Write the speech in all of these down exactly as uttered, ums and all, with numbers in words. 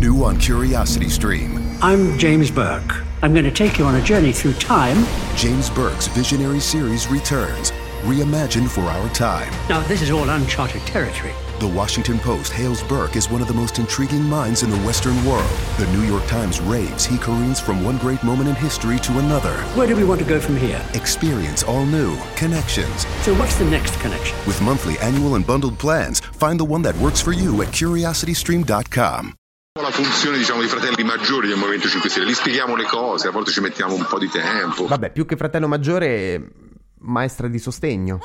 New on Curiosity Stream. I'm James Burke. I'm going to take you on a journey through time. James Burke's visionary series returns, reimagined for our time. Now, this is all uncharted territory. The Washington Post hails Burke as one of the most intriguing minds in the Western world. The New York Times raves he careens from one great moment in history to another. Where do we want to go from here? Experience all new connections. So what's the next connection? With monthly, annual, and bundled plans, find the one that works for you at curiosity stream dot com. La funzione, diciamo, di fratelli maggiori del Movimento cinque Stelle, li spieghiamo le cose, a volte ci mettiamo un po' di tempo. Vabbè, più che fratello maggiore, maestra di sostegno.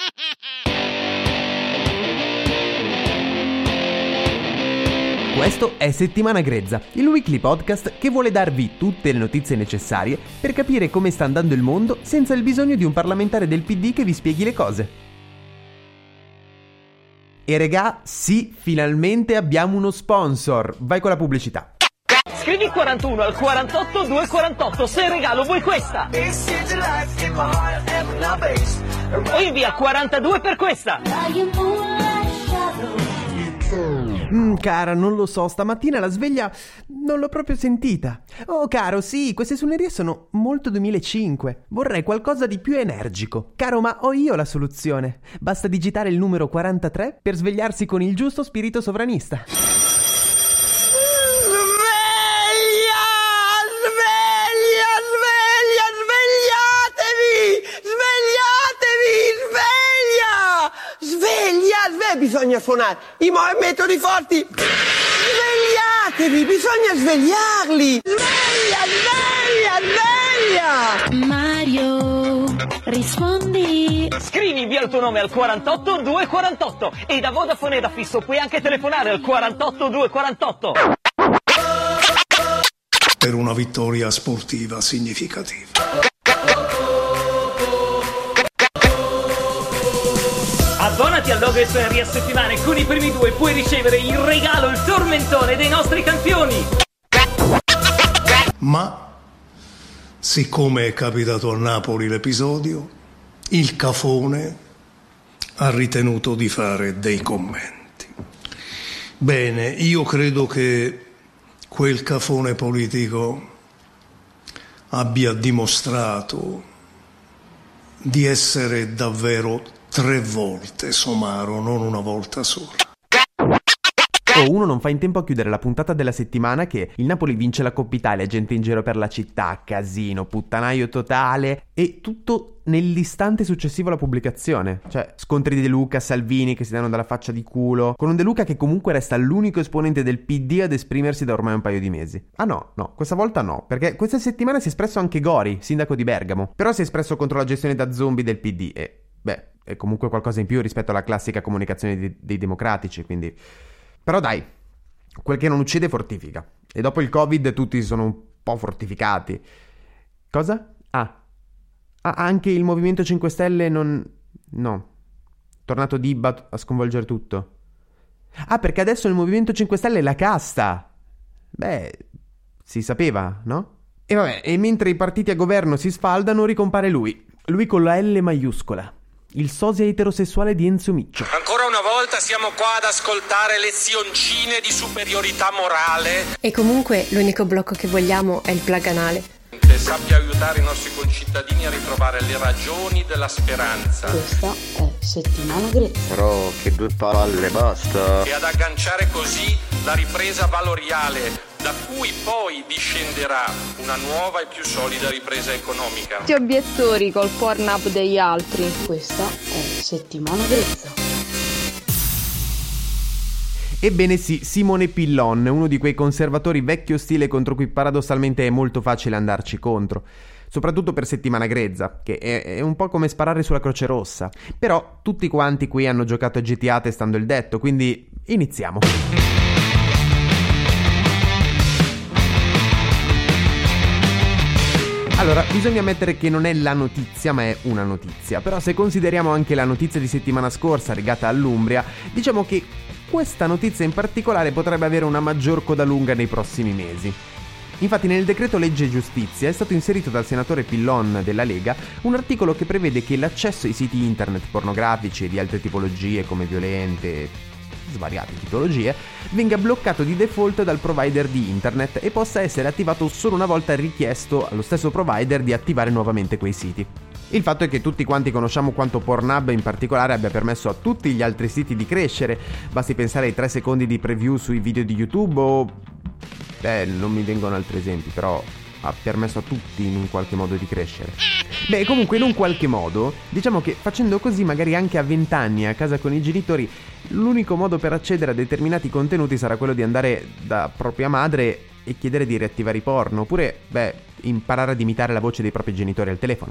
Questo è Settimana Grezza, il weekly podcast che vuole darvi tutte le notizie necessarie per capire come sta andando il mondo senza il bisogno di un parlamentare del P D che vi spieghi le cose. E regà, sì, finalmente abbiamo uno sponsor. Vai con la pubblicità. Scrivi quarantuno al quarantotto duecentoquarantotto, se regalo vuoi questa. O invia quarantadue per questa. Mm, cara, non lo so, stamattina la sveglia non l'ho proprio sentita. Oh, caro, sì, queste suonerie sono molto duemilacinque. Vorrei qualcosa di più energico. Caro, ma ho io la soluzione. Basta digitare il numero quarantatré per svegliarsi con il giusto spirito sovranista. Bisogna suonare i mo- metodi forti. Svegliatevi, bisogna svegliarli. Sveglia, sveglia, sveglia. Mario, rispondi. Scrivi, invia il tuo nome al quarantotto duecentoquarantotto e da Vodafone e da fisso puoi anche telefonare al quarantotto duecentoquarantotto. Per una vittoria sportiva significativa. Abbonati al Logo e Suoneria Settimane, con i primi due puoi ricevere in regalo il tormentone dei nostri campioni. Ma, siccome è capitato a Napoli l'episodio, il cafone ha ritenuto di fare dei commenti. Bene, io credo che quel cafone politico abbia dimostrato di essere davvero tre volte somaro, non una volta sola. Oh, uno non fa in tempo a chiudere la puntata della settimana che il Napoli vince la Coppa Italia, gente in giro per la città, casino, puttanaio totale, e tutto nell'istante successivo alla pubblicazione. Cioè, scontri di De Luca, Salvini che si danno dalla faccia di culo, con un De Luca che comunque resta l'unico esponente del P D ad esprimersi da ormai un paio di mesi. Ah no, no, questa volta no, perché questa settimana si è espresso anche Gori, sindaco di Bergamo, però si è espresso contro la gestione da zombie del P D e, beh, è comunque qualcosa in più rispetto alla classica comunicazione dei, dei democratici, quindi... Però dai, quel che non uccide fortifica. E dopo il Covid tutti si sono un po' fortificati. Cosa? Ah, ah anche il Movimento cinque Stelle non... No, tornato Dibba a sconvolgere tutto. Ah, perché adesso il Movimento cinque Stelle è la casta. Beh, si sapeva, no? E vabbè, e mentre i partiti a governo si sfaldano ricompare lui. Lui con la L maiuscola. Il sosia eterosessuale di Enzo Miccio. Ancora una volta siamo qua ad ascoltare lezioncine di superiorità morale. E comunque l'unico blocco che vogliamo è il plaganale. Che sappia aiutare i nostri concittadini a ritrovare le ragioni della speranza. Questa è Settimana Grezza. Però che due palle, basta. E ad agganciare così la ripresa valoriale, da cui poi discenderà una nuova e più solida ripresa economica. Gli obiettori col Pornhub degli altri. Questa è Settimana Grezza. Ebbene sì, Simone Pillon, uno di quei conservatori vecchio stile contro cui paradossalmente è molto facile andarci contro. Soprattutto per Settimana Grezza, che è, è un po' come sparare sulla Croce Rossa. Però tutti quanti qui hanno giocato a G T A testando il detto, quindi iniziamo. Allora, bisogna ammettere che non è la notizia, ma è una notizia. Però se consideriamo anche la notizia di settimana scorsa legata all'Umbria, diciamo che questa notizia in particolare potrebbe avere una maggior coda lunga nei prossimi mesi. Infatti nel decreto legge giustizia è stato inserito dal senatore Pillon della Lega un articolo che prevede che l'accesso ai siti internet pornografici e di altre tipologie come violente, svariate tipologie, venga bloccato di default dal provider di internet e possa essere attivato solo una volta richiesto allo stesso provider di attivare nuovamente quei siti. Il fatto è che tutti quanti conosciamo quanto Pornhub in particolare abbia permesso a tutti gli altri siti di crescere, basti pensare ai tre secondi di preview sui video di YouTube o... beh, non mi vengono altri esempi, però ha permesso a tutti in un qualche modo di crescere. Beh, comunque in un qualche modo, diciamo che facendo così magari anche a vent'anni a casa con i genitori, l'unico modo per accedere a determinati contenuti sarà quello di andare da propria madre e chiedere di riattivare i porno, oppure, beh, imparare ad imitare la voce dei propri genitori al telefono.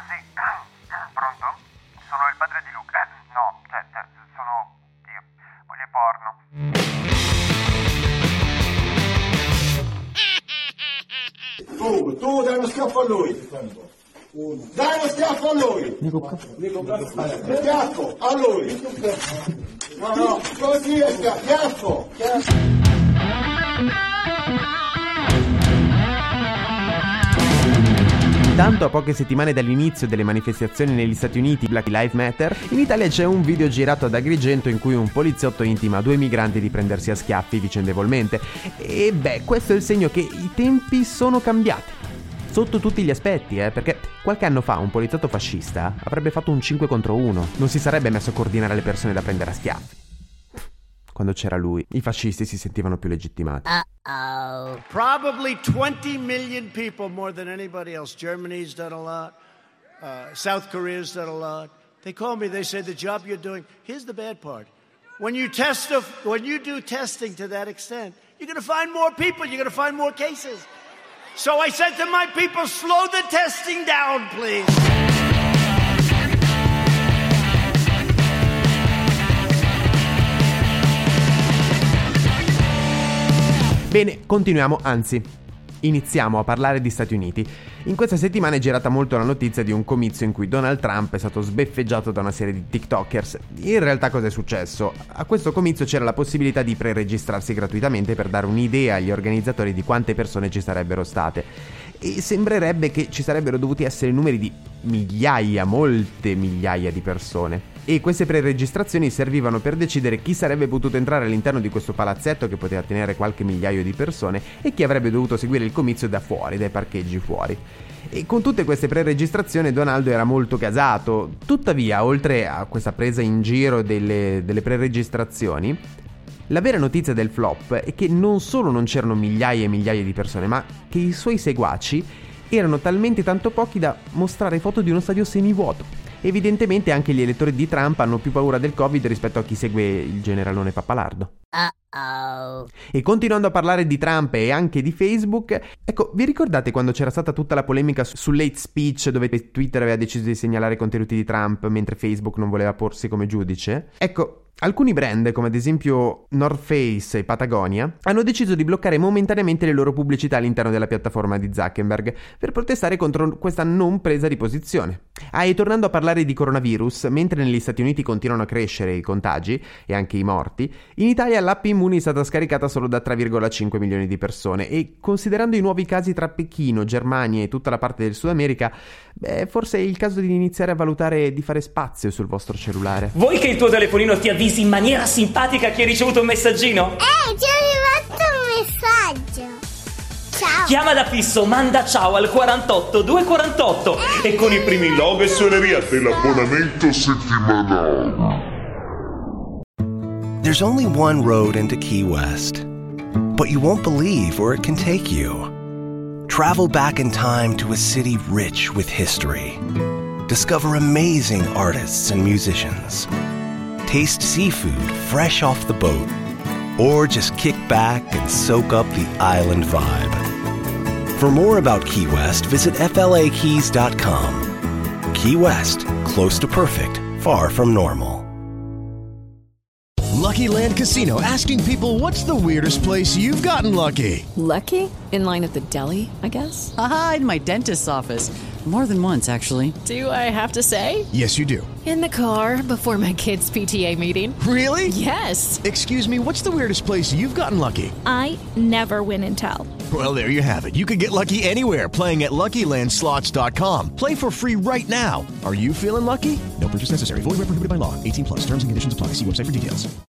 Tu, tu dai uno schiaffo a lui. Dai uno schiaffo a lui. Schiaffo a lui. No, no, così è schiaffo. Tanto a poche settimane dall'inizio delle manifestazioni negli Stati Uniti Black Lives Matter, in Italia c'è un video girato ad Agrigento in cui un poliziotto intima a due migranti di prendersi a schiaffi vicendevolmente. E beh, questo è il segno che i tempi sono cambiati. Sotto tutti gli aspetti, eh, perché qualche anno fa un poliziotto fascista avrebbe fatto un cinque contro uno, non si sarebbe messo a coordinare le persone da prendere a schiaffi. Quando c'era lui, i fascisti si sentivano più legittimati. Uh-oh. Probably twenty million people more than anybody else. Germany's done a lot. Uh, South Korea's done a lot. They call me, they say the job you're doing. Here's the bad part. When you test, when you do testing to that extent, you're going to find more people, you're going to find more cases. So I said to my people, slow the testing down, please. Bene, continuiamo, anzi, iniziamo a parlare di Stati Uniti. In questa settimana è girata molto la notizia di un comizio in cui Donald Trump è stato sbeffeggiato da una serie di TikTokers. In realtà cosa è successo? A questo comizio c'era la possibilità di pre-registrarsi gratuitamente per dare un'idea agli organizzatori di quante persone ci sarebbero state. E sembrerebbe che ci sarebbero dovuti essere numeri di migliaia, molte migliaia di persone. E queste pre-registrazioni servivano per decidere chi sarebbe potuto entrare all'interno di questo palazzetto che poteva tenere qualche migliaio di persone e chi avrebbe dovuto seguire il comizio da fuori, dai parcheggi fuori. E con tutte queste pre-registrazioni Donaldo era molto gasato. Tuttavia, oltre a questa presa in giro delle, delle pre-registrazioni, la vera notizia del flop è che non solo non c'erano migliaia e migliaia di persone, ma che i suoi seguaci erano talmente tanto pochi da mostrare foto di uno stadio semivuoto. Evidentemente anche gli elettori di Trump hanno più paura del Covid rispetto a chi segue il generalone pappalardo. Uh-oh. E continuando a parlare di Trump e anche di Facebook, ecco, vi ricordate quando c'era stata tutta la polemica sull'hate speech dove Twitter aveva deciso di segnalare contenuti di Trump mentre Facebook non voleva porsi come giudice? Ecco, alcuni brand, come ad esempio North Face e Patagonia, hanno deciso di bloccare momentaneamente le loro pubblicità all'interno della piattaforma di Zuckerberg per protestare contro questa non presa di posizione. Ah, e tornando a parlare di coronavirus, mentre negli Stati Uniti continuano a crescere i contagi e anche i morti, in Italia l'app Immuni è stata scaricata solo da tre virgola cinque milioni di persone e, considerando i nuovi casi tra Pechino, Germania e tutta la parte del Sud America, beh, forse è il caso di iniziare a valutare di fare spazio sul vostro cellulare. Vuoi che il tuo telefonino ti avvisi in maniera simpatica che hai ricevuto un messaggino? Eh, ti è arrivato un messaggio. Ciao. Chiama da fisso, manda ciao al quarantotto duecentoquarantotto eh. e con i primi log e suoneria dell'abbonamento settimanale. There's only one road into Key West, but you won't believe where it can take you. Travel back in time to a city rich with history. Discover amazing artists and musicians. Taste seafood fresh off the boat. Or just kick back and soak up the island vibe. For more about Key West, visit F L A keys dot com. Key West, close to perfect, far from normal. Lucky Land Casino, asking people, what's the weirdest place you've gotten lucky? Lucky? In line at the deli, I guess? Aha, in my dentist's office. More than once, actually. Do I have to say? Yes, you do. In the car before my kids' P T A meeting. Really? Yes. Excuse me, what's the weirdest place you've gotten lucky? I never win and tell. Well, there you have it. You can get lucky anywhere, playing at Lucky Land Slots dot com. Play for free right now. Are you feeling lucky? No purchase necessary. Void where prohibited by law. eighteen plus. Terms and conditions apply. See website for details.